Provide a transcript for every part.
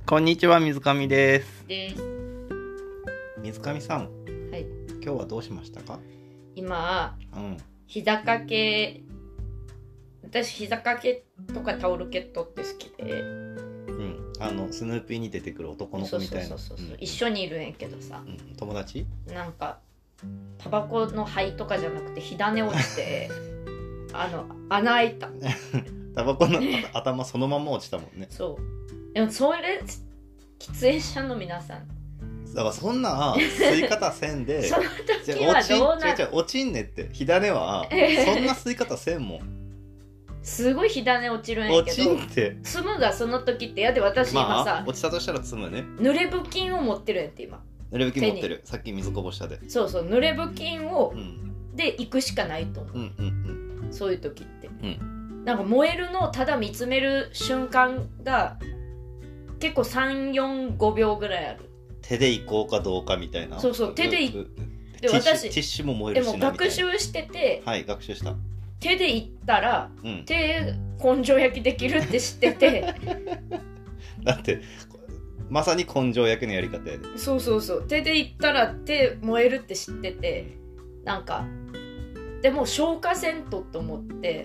こんにちは、水上です。 です。 水上さん、 はい。 今日はどうしましたか？ 今、 うん。 膝掛け、私膝掛けとかタオルケットって好きで、 うん。スヌーピーに出てくる男の子みたいな。 一緒にいるんやけどさ、 友達？ なんかタバコの灰とかじゃなくて火種落ちて穴開いた。 タバコの頭そのまま落ちたもんね。 そう。でもそれ喫煙者の皆さん。 だからそんな吸い方せんでその時はどうなる？ 落ちんねって。火種はそんな吸い方せんもん。 すごい火種落ちるんやけど、 落ちんってツムがその時ってやで、私今さ、 落ちたとしたらツムね。 濡れ布巾を持ってるんやって今。 濡れ布巾持ってる。さっき水こぼしたで。 そうそう、濡れ布巾を、で行くしかないと思う。そういう時って、なんか燃えるのをただ見つめる瞬間が結構3、4、5秒ぐらいある。 手で行こうかどうかみたいな。 そうそう、手でで私ティッシュも燃えるしなみたいな。 でも学習してて、 はい、学習した。 手で行ったら、手根性焼きできるって知っててだってまさに根性焼きのやり方やで。 そうそうそう、手で行ったら手燃えるって知ってて、なんかでも消火せんとと思って、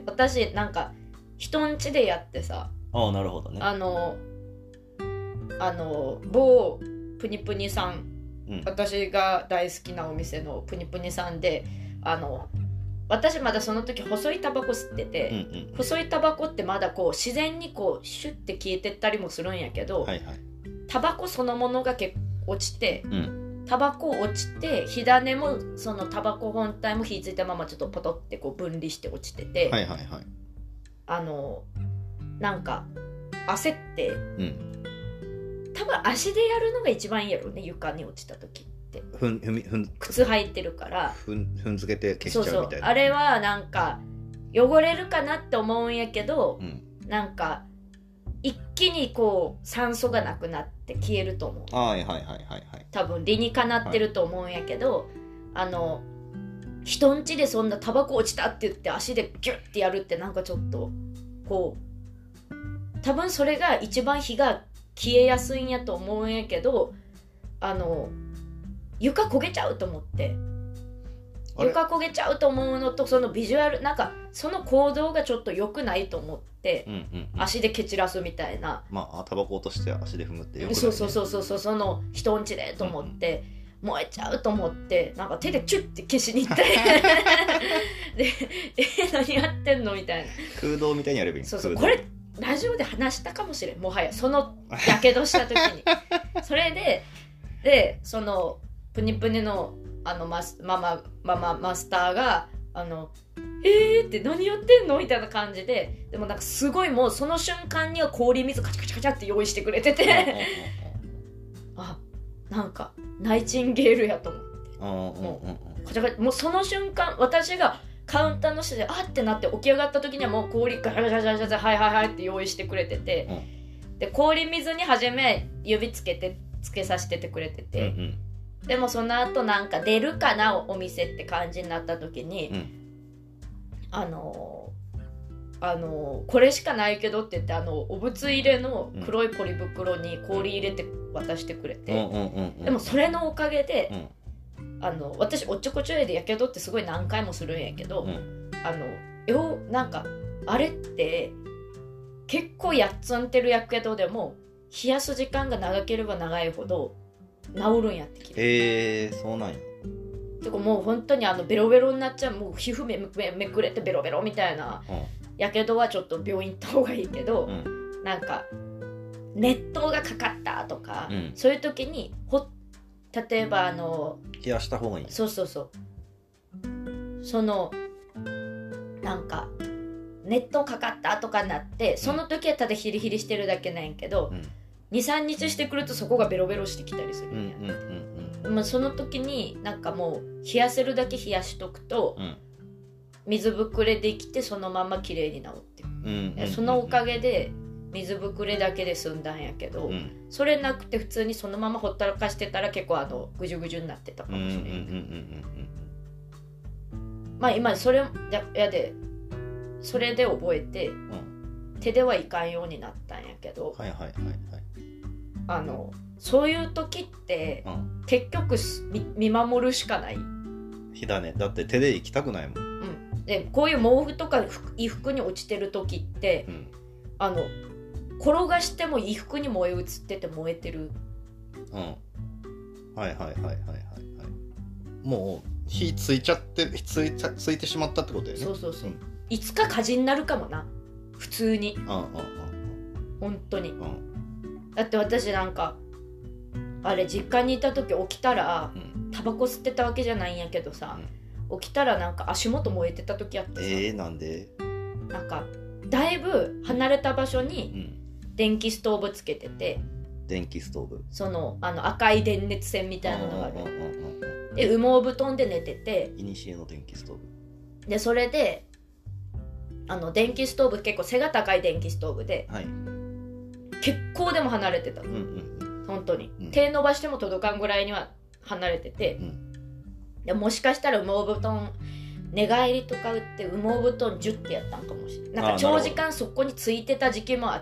私なんか人ん家でやってさ、 ああ、なるほどね。 某プニプニさん、私が大好きなお店のプニプニさんで、私まだその時細いタバコ吸ってて、細いタバコってまだこう自然にこうシュッて消えてったりもするんやけど、タバコそのものが落ちて、タバコ落ちて、火種もそのタバコ本体も火ついたままちょっとポトってこう分離して落ちてて、なんか焦って、多分足でやるのが一番いいやろね、床に落ちた時って。靴履いてるから踏んづけて消しちゃうみたいな。 あれはなんか汚れるかなって思うんやけど、なんか一気にこう酸素がなくなって消えると思う。多分理にかなってると思うんやけど、人ん家でそんなタバコ落ちたって言って足でギュッてやるってなんかちょっとこう、多分それが一番火が消えやすいんやと思うんやけど、床焦げちゃうと思って、床焦げちゃうと思うのと、そのビジュアル、なんかその行動がちょっと良くないと思って、足で蹴散らすみたいな。 タバコ落として足で踏むってよくないね。 そうその人んちでと思って、燃えちゃうと思って、なんか手でチュッて消しに行ったりで何やってんのみたいな。 空洞みたいにやればいい。 そうこれラジオで話したかもしれん、もはやそのやけどした時にそれでそのプニプニのマスターがって何やってんのみたいな感じで、でもなんかすごいもうその瞬間には氷水カチャカチャカチャって用意してくれててなんかナイチンゲールやと思って、もうその瞬間私がカウンターの下でってなって起き上がった時にはもう氷ガチャガチャガチャガチャはいって用意してくれてて、で氷水に初め指つけさせててくれてて、でもその後なんか出るかなお店って感じになった時に、これしかないけどって言ってお物入れの黒いポリ袋に氷入れて渡してくれて、でもそれのおかげで、私おっちょこちょいでやけどってすごい何回もするんやけど、なんかあれって結構やっつんてるやけどでも冷やす時間が長ければ長いほど治るんやって聞いて。 そうなんや。 てかもう本当にベロベロになっちゃう、もう皮膚めくれてベロベロみたいなやけどはちょっと病院行った方がいいけど、なんか熱湯がかかったとか、そういう時に例えば冷やした方がいい。 そうそのなんか熱湯かかったとかになって、その時はただヒリヒリしてるだけなんやけど、2、3日してくるとそこがベロベロしてきたりするんや。その時になんかもう冷やせるだけ冷やしとくと、水ぶくれできてそのまま綺麗に治ってくる。そのおかげで水ぶくれだけで済んだんやけど、それなくて普通にそのままほったらかしてたら結構ぐじゅぐじゅになってたかもしれない。今それでそれで覚えて、手ではいかんようになったんやけど、 そういう時って、結局見守るしかない。 火種だって手で行きたくないもん。 でこういう毛布とか衣服に落ちてる時って、転がしても衣服に燃え移ってて燃えてる。 はいはいはいはいはいはい。もう火ついちゃってついてしまったってことだよね。 そうそうそう、いつか火事になるかもな、普通に。本当に、だって私なんかあれ実家にいた時起きたら、タバコ吸ってたわけじゃないんやけどさ、起きたらなんか足元燃えてた時あってさ。 なんで？ なんかだいぶ離れた場所に電気ストーブつけてて、 電気ストーブ、 赤い電熱線みたいなのがある。で羽毛布団で寝てて、 いにしえの電気ストーブで、それで電気ストーブ結構背が高い電気ストーブで、結構でも離れてたの、本当に、手伸ばしても届かんぐらいには離れてて、でもしかしたら羽毛布団寝返りとか打って羽毛布団ジュッてやったんかもしれない。なんか長時間そこについてた時期もあって。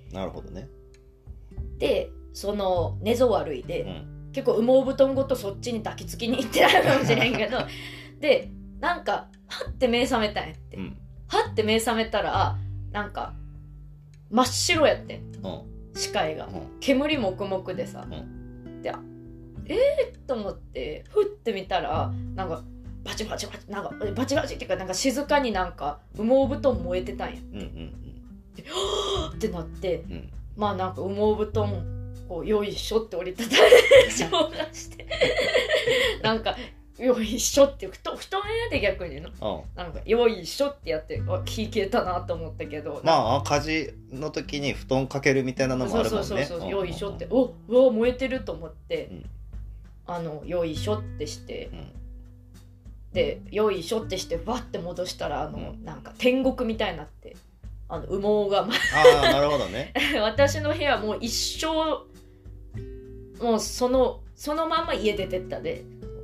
なるほどね。 でその寝相悪いで、結構羽毛布団ごとそっちに抱きつきに行ってないかもしれんけどでなんかはって目覚めたんやって、はって目覚めたらなんか真っ白やってん、視界が、煙もくもくでさ、でと思ってふって見たらなんかバチバチバチなんかバチバチっていうかなんか静かになんか羽毛布団燃えてたんや、ではーってなって、まあなんか羽毛布団をよいしょって折りたたんでしょうがしてなんかよいしょって布団屋で逆にの、なんかよいしょってやって気消えたなと思ったけど、 まあ火事の時に布団かけるみたいなのもあるもんね。 そうよいしょって、うわ燃えてると思って、よいしょってして、でよいしょってしてバッて戻したらなんか天国みたいになって、羽毛がなるほどね私の部屋もう一生もうそのまんま家出てったで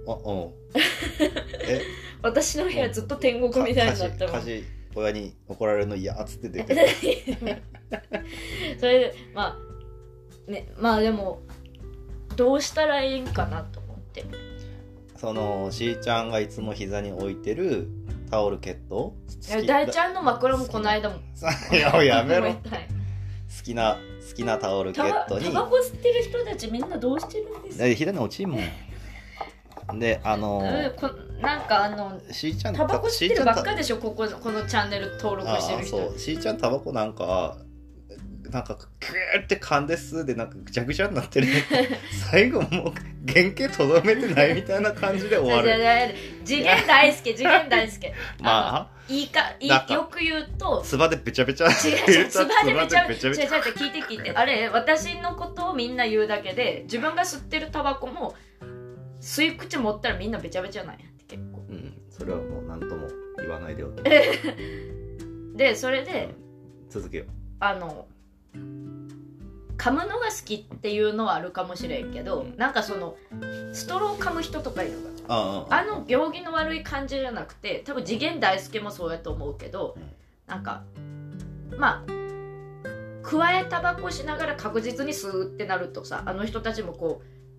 私の部屋ずっと天国みたいになったもん。 家事親に怒られるの嫌っつって出てそれでまあでもどうしたらいいんかなと思って、 しーちゃんがいつも膝に置いてるタオルケット、 大ちゃんの枕もこの間もやめろ好きなタオルケットにタバコ吸ってる人たちみんなどうしてるんですか？ 膝に落ちんもんでなんかしーちゃんタバコ吸ってるばっかでしょ、このチャンネル登録してる人。 そうしーちゃんタバコなんかクーって噛んで吸うでなんかぐちゃぐちゃになってる最後もう原型とどめてないみたいな感じで終わる次元大好きまあよく言うとつばでべちゃべちゃつばでべちゃべちゃ聞いてあれ私のことをみんな言うだけで自分が吸ってるタバコも吸い口持ったらみんなべちゃべちゃなんやって結構、 それはもう何とも言わないでおけでそれで、 続けよう。 噛むのが好きっていうのはあるかもしれんけど、なんかストロー噛む人とかいるから行儀の悪い感じじゃなくて、多分次元大介もそうやと思うけど、なんかまあ加えタバコしながら確実に吸うってなるとさ、あの人たちもこ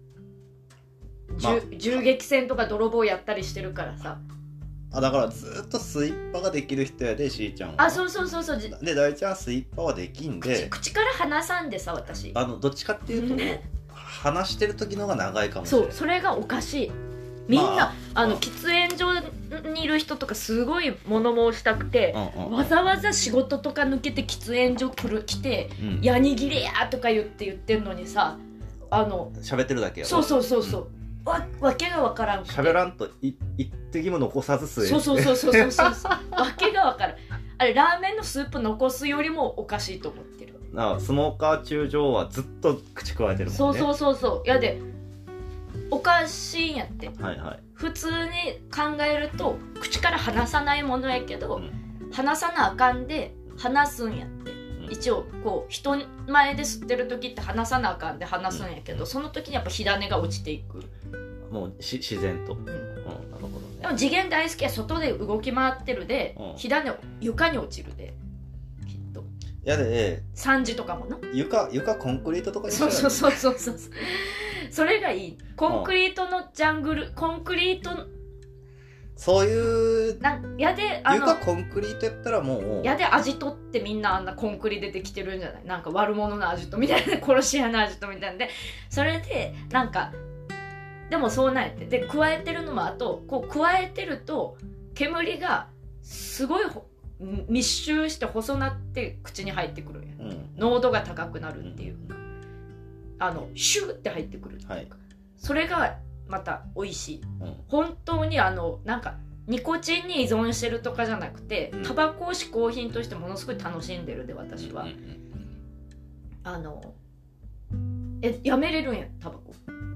う、銃撃戦とか泥棒やったりしてるからさ。 だからずっとスイッパができる人やで、しーちゃんは。 そうで大ちゃんはスイッパはできんで、 口から離さんでさ、私どっちかっていうと、話してる時のが長いかもしれない。 それがおかしい。みんな、喫煙所にいる人とかすごい物申したくて、わざわざ仕事とか抜けて喫煙所来て、やにぎれやとか言ってんのにさ、 喋ってるだけやろ。 そうわけがわからんくて、 喋らんと一滴も残さず吸え。 そうわけがわからん。あれラーメンのスープ残すよりもおかしいと思ってる。 スモーカー中将はずっと口加えてるもんね。 そうやでおかしいんやって、普通に考えると口から離さないものやけど、離さなあかんで離すんやって、一応こう人前で吸ってる時って離さなあかんで離すんやけど、その時にやっぱ火種が落ちていく、 もう自然と、なるほどね。 でも次元大好きは外で動き回ってるで、火種床に落ちるできっと。 やで 3時とかもな床コンクリートとかにしたらそうそれがいい。コンクリートのジャングル、コンクリートそういうやで床コンクリートやったらもうやで味とってみんなあんなコンクリでできてるんじゃない？なんか悪者の味とみたいな殺し屋の味とみたいなんで、それでなんかでもそうなんやって。で加えてるのもあとこう加えてると煙がすごい密集して細なって口に入ってくるんや、濃度が高くなるっていうか、シューって入ってくるっていうか、それがまた美味しい、本当になんかニコチンに依存してるとかじゃなくて、タバコを嗜好品としてものすごい楽しんでるで私は、やめれるんやタバコ。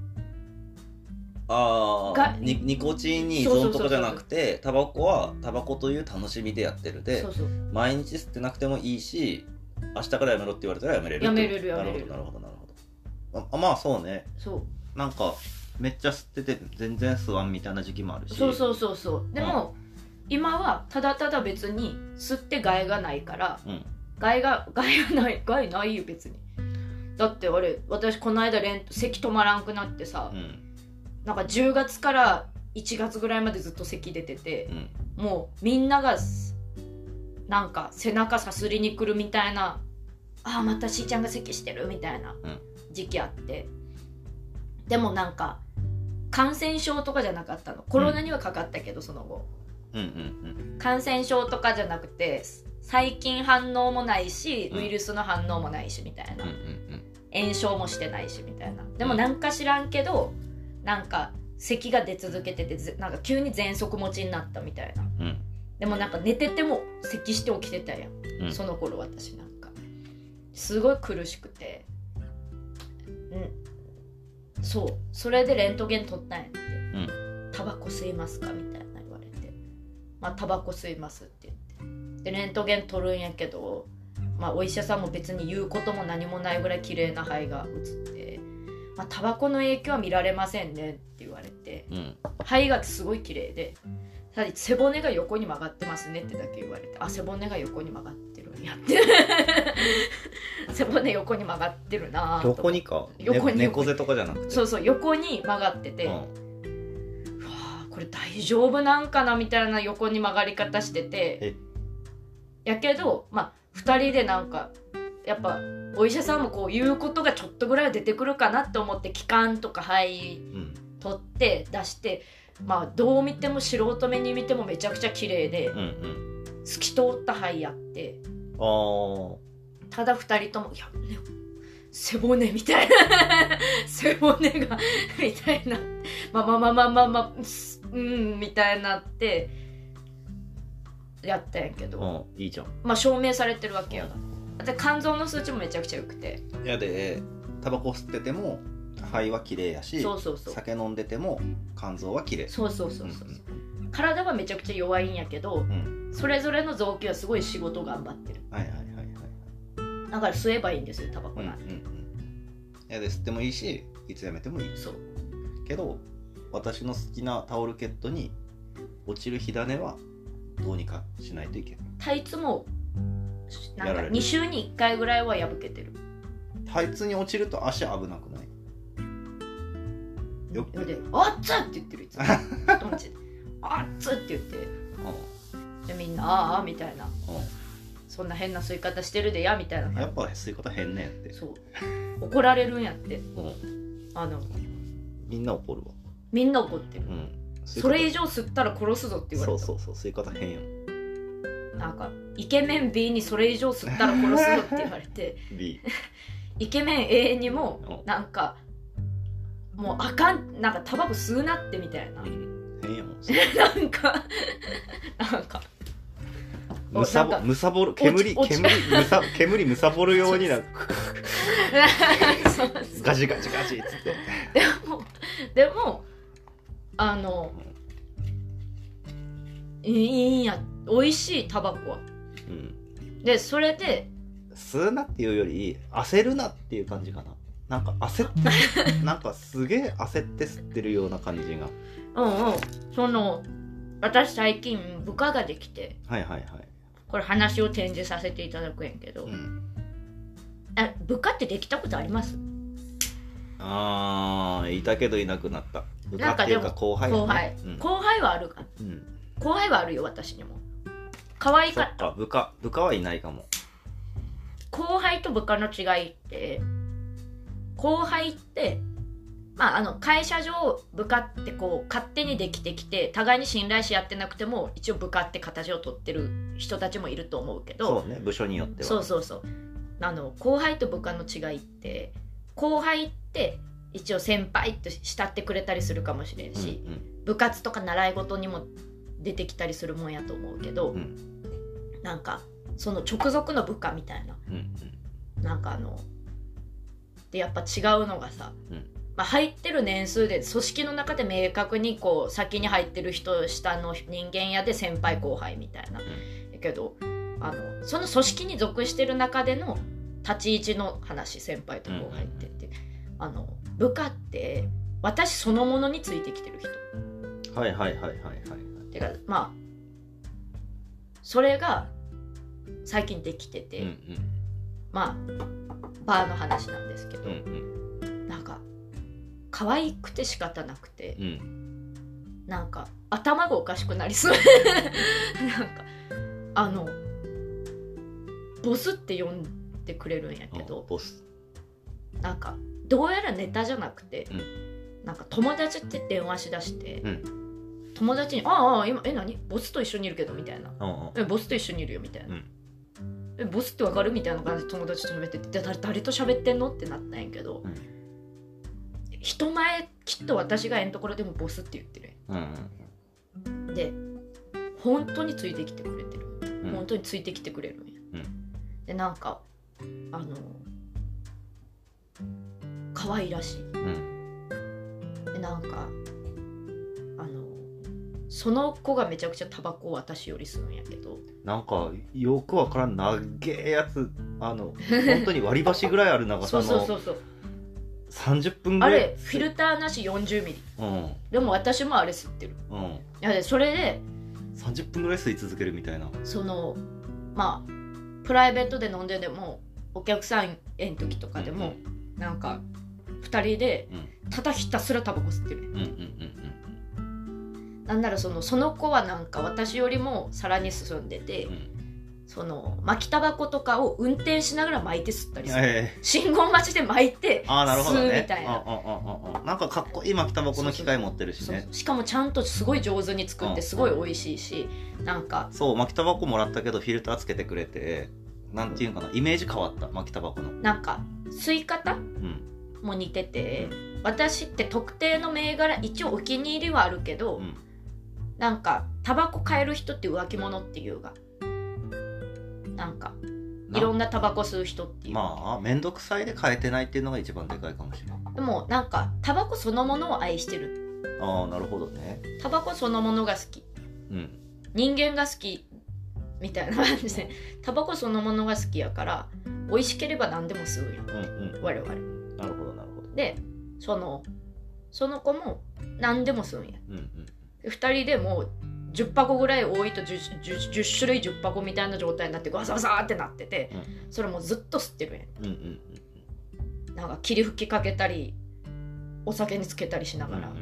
ニコチンに依存とかじゃなくて、タバコはタバコという楽しみでやってるで、毎日吸ってなくてもいいし、明日からやめろって言われたらやめれる。 やめれる。 なるほど。まあそうね。なんかめっちゃ吸ってて全然吸わんみたいな時期もあるし。 そうでも、今はただただ別に吸って害がないから、害ないよ別に。だって私この間咳止まらんくなってさ、なんか10月から1月ぐらいまでずっと咳出てて、もうみんながなんか背中さすりに来るみたいな、またしーちゃんが咳してるみたいな時期あって、でもなんか感染症とかじゃなかったの。コロナにはかかったけどその後、感染症とかじゃなくて細菌反応もないし、ウイルスの反応もないしみたいな、炎症もしてないしみたいな。でもなんか知らんけどなんか咳が出続けてて、なんか急に喘息持ちになったみたいな、でもなんか寝てても咳して起きてたやん、その頃私なんかすごい苦しくて、それでレントゲン取ったんやって、タバコ吸いますかみたいな言われて、タバコ吸いますって言って、でレントゲン取るんやけど、お医者さんも別に言うことも何もないぐらい綺麗な肺が映って、タバコの影響は見られませんねって言われて、肺がすごい綺麗で、ただ背骨が横に曲がってますねってだけ言われて、背骨が横に曲がってるんやって背骨横に曲がってるな。 横にか、猫背とかじゃなくて、 そう横に曲がってて、うわこれ大丈夫なんかなみたいな横に曲がり方してて、やけど2人でなんかやっぱお医者さんもこう言うことがちょっとぐらいは出てくるかなって思って気管とか肺取って出して、どう見ても素人目に見てもめちゃくちゃ綺麗で、透き通った肺やって、ただ2人ともいや、背骨みたいな背骨がみたいなみたいになってやったんやけど、 いいじゃん。 証明されてるわけよ。で肝臓の数値もめちゃくちゃ良くて、 タバコ吸ってても肺は綺麗やし、酒飲んでても肝臓は綺麗。体はめちゃくちゃ弱いんやけど、それぞれの臓器はすごい仕事頑張ってる。だから吸えばいいんですよタバコなんて。 吸ってもいいし、いつやめてもいい。けど私の好きなタオルケットに落ちる火種はどうにかしないといけない。 タイツもなんか2週に1回ぐらいは破けてる。 タイツに落ちると足危なくない？ よであっつって言ってるいつもあっつって言って、でみんなみたいな、そんな変な吸い方してるでやみたいな。 やっぱ吸い方変ねんって。 怒られるんやって、 みんな怒るわ。 みんな怒ってる、それ以上吸ったら殺すぞって言われた。 吸い方変やん。 なんかイケメン B にそれ以上吸ったら殺すぞって言われて B イケメン A にもなんかもうあかん、なんかタバコ吸うなってみたいな、 変やもんなんかむさぼる煙むさぼるようになるガジガジガジっつってでもいいんや、美味しいタバコは、でそれで吸うなっていうより焦るなっていう感じかな。なんか焦ってなんかすげえ焦って吸ってるような感じが。 その私最近部下ができて、 これ話を展示させていただくんやけど、部下ってできたことあります？ いたけどいなくなった。部下っていうか後輩、ね、 後輩はあるか、後輩はあるよ私にも。可愛かった。 部下はいないかも。 後輩と部下の違いって、後輩って会社上部下ってこう勝手にできてきて互いに信頼し合ってなくても一応部下って形を取ってる人たちもいると思うけど、 そうね、部署によっては。 そう後輩と部下の違いって、後輩って一応先輩と慕ってくれたりするかもしれんし、部活とか習い事にも出てきたりするもんやと思うけど、なんかその直属の部下みたいな、なんかでやっぱ違うのがさ、入ってる年数で組織の中で明確にこう先に入ってる人下の人間やで先輩後輩みたいな、やけどその組織に属してる中での立ち位置の話、先輩と後輩ってって、部下って私そのものについてきてる人。てかそれが最近できてて、バーの話なんですけど、なんか可愛くて仕方なくて、なんか頭がおかしくなりそうなんかボスって呼んでくれるんやけど、 ボスなんかどうやらネタじゃなくて、なんか友達って電話しだして、友達に今何ボスと一緒にいるけどみたいな、ボスと一緒にいるよみたいな、ボスってわかるみたいな感じで友達と喋ってて、誰と喋ってんのってなったんやけど、人前きっと私がえんところでもボスって言ってる、で本当についてきてくれてる、本当についてきてくれるんや、でなんか可愛らしい、でなんかその子がめちゃくちゃタバコを私より吸うんやけど、 なんかよくわからん長えやつ、本当に割り箸ぐらいある長さのそう 30分ぐらい、 あれフィルターなし40ミリ、でも私もあれ吸ってる、いやでそれで 30分ぐらい吸い続けるみたいな、 プライベートで飲んででもお客さんへん時とかでも、なんか2人でただひたすらタバコ吸ってる、なんならその子はなんか私よりもさらに進んでて、巻きタバコとかを運転しながら巻いて吸ったりする、信号待ちで巻いて吸うみたいな、 なんかかっこいい巻きタバコの機械持ってるしね、 しかもちゃんとすごい上手に作ってすごい美味しいし、なんかそう巻きタバコもらったけどフィルターつけてくれて、なんていうかな、イメージ変わった。巻きタバコのなんか吸い方、も似てて、私って特定の銘柄一応お気に入りはあるけど、なんかタバコ買える人って浮気者っていうが、なんかいろんなタバコ吸う人っていう、 めんどくさいで買えてないっていうのが一番でかいかもしれない。 でもなんかタバコそのものを愛してる。 なるほどね。 タバコそのものが好き、人間が好きみたいな感じで、タバコそのものが好きやから美味しければ何でも吸うよ、我々。 なるほどなるほど。 でその子も何でも吸うんや、2人でもう10箱ぐらい多いと 10種類10箱みたいな状態になってガサガサってなってて、それもずっと吸ってるやん、なんか霧吹きかけたりお酒につけたりしながら、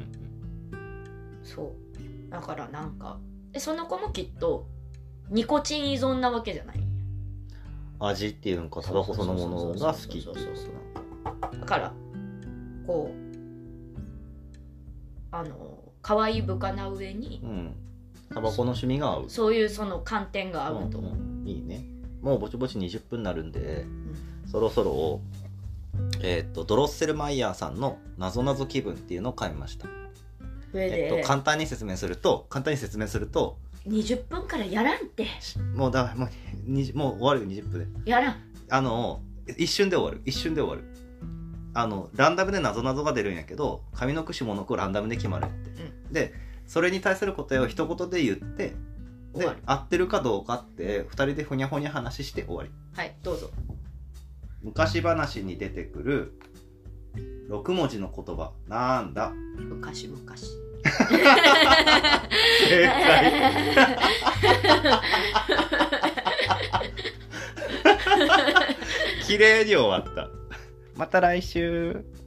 そうだからなんかその子もきっとニコチン依存なわけじゃない、 味っていうのかタバコそのものが好き、 だからこう可愛い部下な上に、 タバコの趣味が合う、 そういうその観点が合うと思う、 いいね。もうぼちぼち20分になるんで、そろそろドロッセルマイヤーさんのなぞなぞ気分っていうのを買いました。簡単に説明すると 20分からやらんってもう終わるよ、20分でやらん、 一瞬で終わるランダムでなぞなぞが出るんやけど、上の句下の句ランダムで決まるって、でそれに対する答えを一言で言って、で合ってるかどうかって2人でふにゃふにゃ話して終わり。 はい、どうぞ。 昔話に出てくる6文字の言葉なんだ。 昔々 正解綺麗に終わった。また来週。